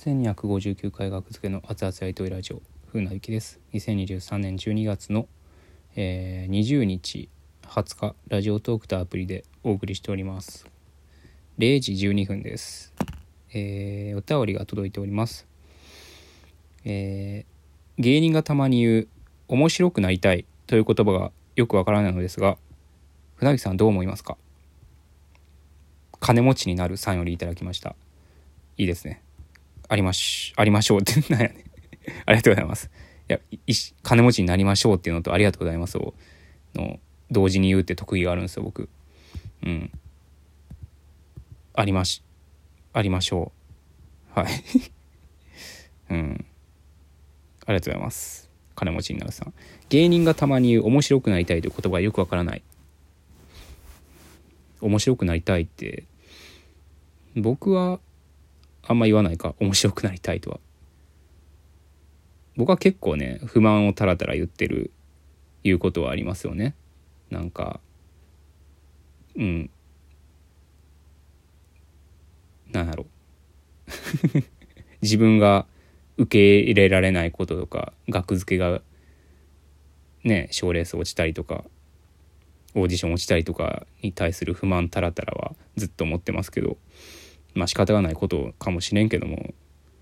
1259回学付けの熱々やりとりラジオ風なゆきです。2023年12月の、20日20日ラジオトークとアプリでお送りしております。0時12分です。お便りが届いております。芸人がたまに言う面白くなりたいという言葉がよくわからないのですが、船木さんどう思いますか？金持ちになる3よりいただきました。いいですね。ありましょうってなんやねありがとうございます。いや、金持ちになりましょうっていうのとありがとうございますをの同時に言うって特技があるんですよ、僕。ありましょう。はい。ありがとうございます。金持ちになるさん。芸人がたまに言う面白くなりたいという言葉はよくわからない。面白くなりたいって僕はあんま言わないか。面白くなりたいとは。僕は結構ね、不満をたらたら言うことはありますよね。なんかなんやろ自分が受け入れられないこととか、額付けがね、賞レース落ちたりとかオーディション落ちたりとかに対する不満たらたらはずっと思ってますけど、まあ仕方がないことかもしれんけども、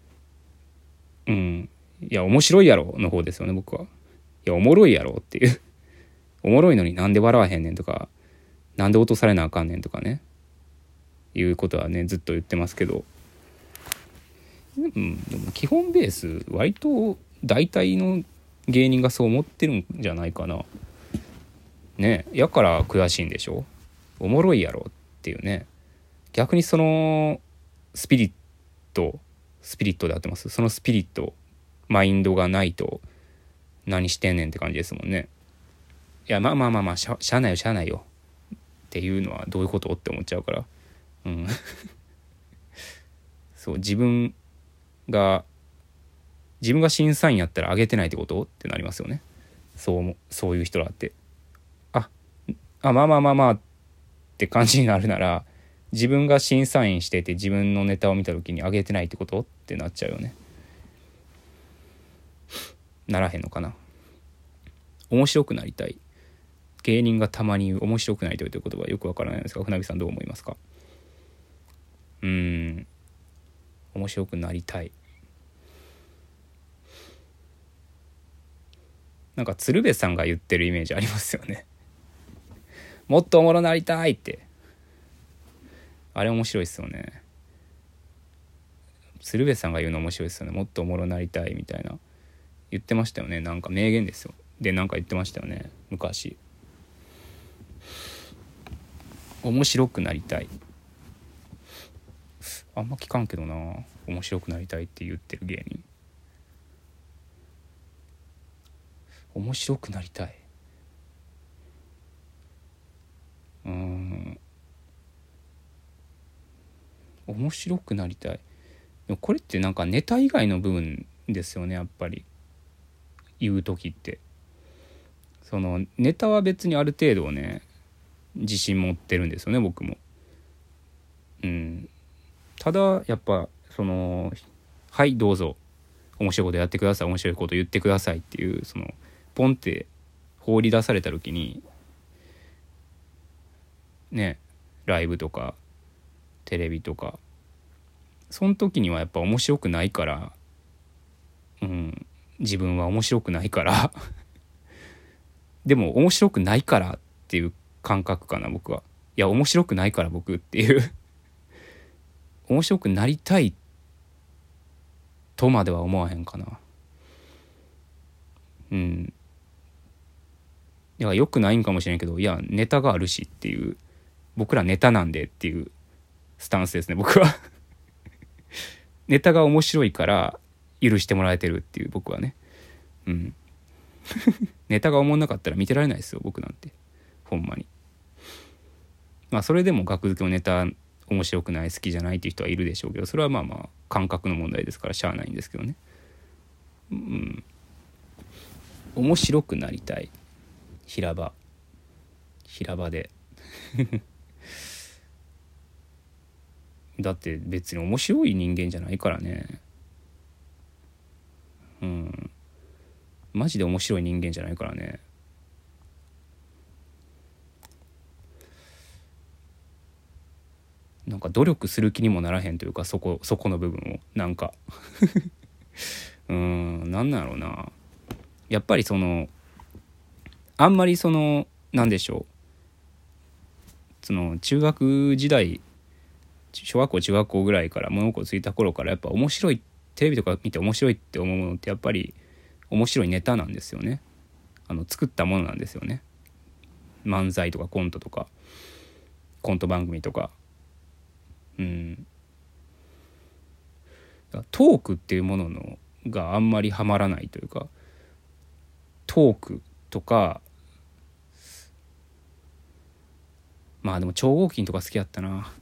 いや面白いやろの方ですよね、僕は。いやおもろいやろっていうおもろいのになんで笑わへんねんとか、なんで落とされなあかんねんとかね、いうことはねずっと言ってますけど、でも基本ベース割と大体の芸人がそう思ってるんじゃないかなね。やから悔しいんでしょ。おもろいやろっていうね。逆にそのスピリットで合ってます？そのスピリットマインドがないと何してんねんって感じですもんね。いやまあしゃあないよっていうのはどういうことって思っちゃうから、そう、自分が審査員やったら上げてないってことってなりますよね。そういう人らってまあって感じになるなら、自分が審査員してて自分のネタを見た時に上げてないってことってなっちゃうよね。ならへんのかな。面白くなりたい、芸人がたまに言う面白くなりたいという言葉はよくわからないんですが、船木さんどう思いますか？面白くなりたい、なんか鶴瓶さんが言ってるイメージありますよね。もっとおもろなりたいって、あれ面白いですよね。鶴瓶さんが言うの面白いですよね。もっとおもろなりたいみたいな言ってましたよね。なんか名言ですよ。でなんか言ってましたよね昔。面白くなりたい、あんま聞かんけどな、面白くなりたいって言ってる芸人。面白くなりたい、面白くなりたい。でもこれってなんかネタ以外の部分ですよね、やっぱり言う時って。そのネタは別にある程度ね自信持ってるんですよね、僕も。ただやっぱそのはいどうぞ面白いことやってください、面白いこと言ってくださいっていう、そのポンって放り出された時にね、ライブとかテレビとか、その時にはやっぱ面白くないから、自分は面白くないからでも面白くないからっていう感覚かな、僕は。いや面白くないから僕っていう面白くなりたいとまでは思わへんかな。いや良くないんかもしれんけど、いやネタがあるしっていう、僕らネタなんでっていうスタンスですね、僕はネタが面白いから許してもらえてるっていう、僕はね。ネタがおもんなかったら見てられないですよ、僕なんて。ほんまに。まあそれでも学付けのネタ面白くない、好きじゃないっていう人はいるでしょうけど、それはまあ感覚の問題ですからしゃあないんですけどね。面白くなりたい、平場でだって別に面白い人間じゃないからね。 マジで面白い人間じゃないからね。なんか努力する気にもならへんというか、そこの部分をなんかなんだろうな。やっぱりあんまりなんでしょう、中学時代、小学校中学校ぐらいから物心ついた頃からやっぱ面白い、テレビとか見て面白いって思うものってやっぱり面白いネタなんですよね。作ったものなんですよね。漫才とかコントとかコント番組とか、トークっていうものがあんまりハマらないというか、トークとか、まあでも超合金とか好きやったな。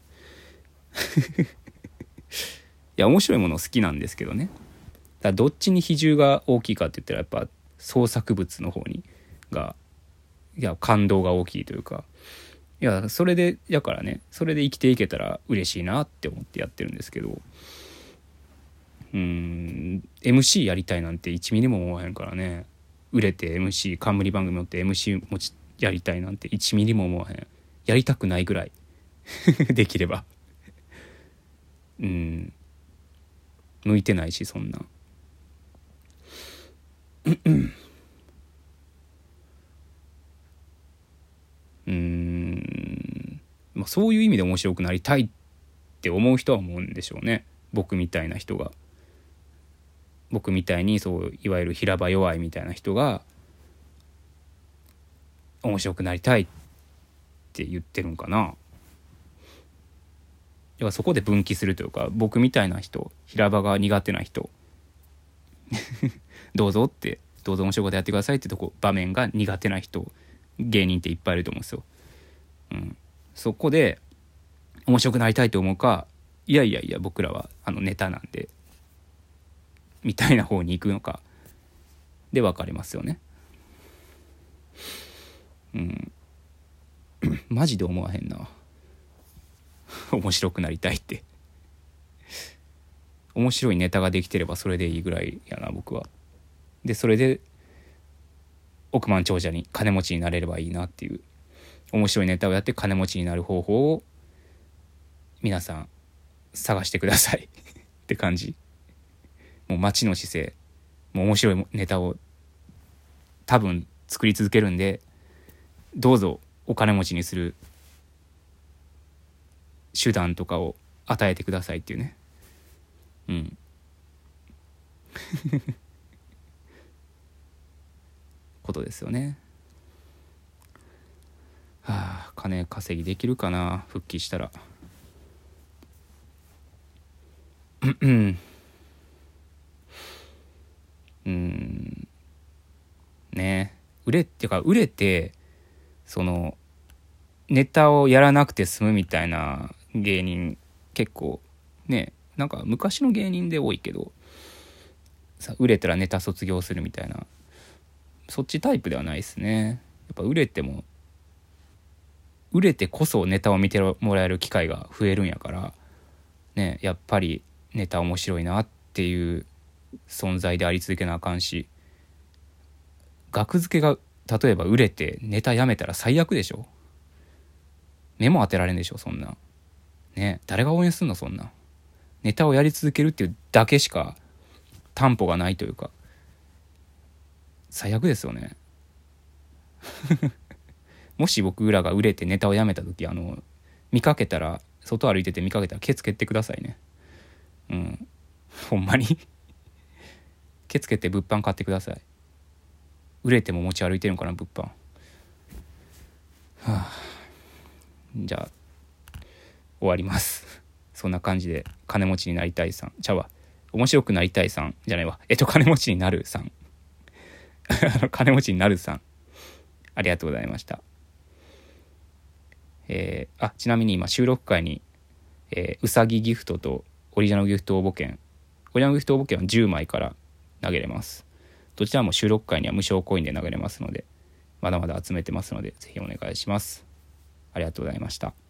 いや面白いもの好きなんですけどね。だからどっちに比重が大きいかって言ったらやっぱ創作物の方に感動が大きいというか、それでだからね、それで生きていけたら嬉しいなって思ってやってるんですけど、MC やりたいなんて1ミリも思わへんからね。売れて MC 冠番組持って MC やりたいなんて1ミリも思わへん。やりたくないぐらいできれば向いてないし、そんなそういう意味で面白くなりたいって思う人は思うんでしょうね。僕みたいな人が、僕みたいにそういわゆる平場弱いみたいな人が面白くなりたいって言ってるんかな。そこで分岐するというか、僕みたいな人、平場が苦手な人どうぞ面白いことやってくださいって場面が苦手な人、芸人っていっぱいいると思うんですよ。そこで面白くなりたいと思うか、いや僕らはネタなんでみたいな方に行くのかで分かりますよね。マジで思わへんな。面白くなりたいって。面白いネタができてればそれでいいぐらいやな、僕は。でそれで億万長者に金持ちになれればいいなっていう、面白いネタをやって金持ちになる方法を皆さん探してくださいって感じ。もう待ちの姿勢、もう面白いネタを多分作り続けるんで、どうぞお金持ちにする手段とかを与えてくださいっていうね。ことですよね。金稼ぎできるかな、復帰したら。ね、売れてネタをやらなくて済むみたいな芸人結構ね、なんか昔の芸人で多いけどさ、売れたらネタ卒業するみたいな、そっちタイプではないですね。やっぱ売れてこそネタを見てもらえる機会が増えるんやからね、やっぱりネタ面白いなっていう存在であり続けなあかんし、額付けが例えば売れてネタやめたら最悪でしょ。目も当てられんでしょ、そんなね。誰が応援すんの、そんな。ネタをやり続けるっていうだけしか担保がないというか、最悪ですよね。もし僕らが売れてネタをやめた時、見かけたら、外歩いてて見かけたらケツ蹴ってくださいね。ほんまにケツ蹴って物販買ってください。売れても持ち歩いてるのかな、物販。じゃあ終わります。そんな感じで金持ちになりたいさん面白くなりたいさんじゃないわ、金持ちになるさん金持ちになるさん、ありがとうございました。ちなみに今収録会に、うさぎギフトとオリジナルギフト応募券は10枚から投げれます。どちらも収録会には無償コインで投げれますので、まだまだ集めてますのでぜひお願いします。ありがとうございました。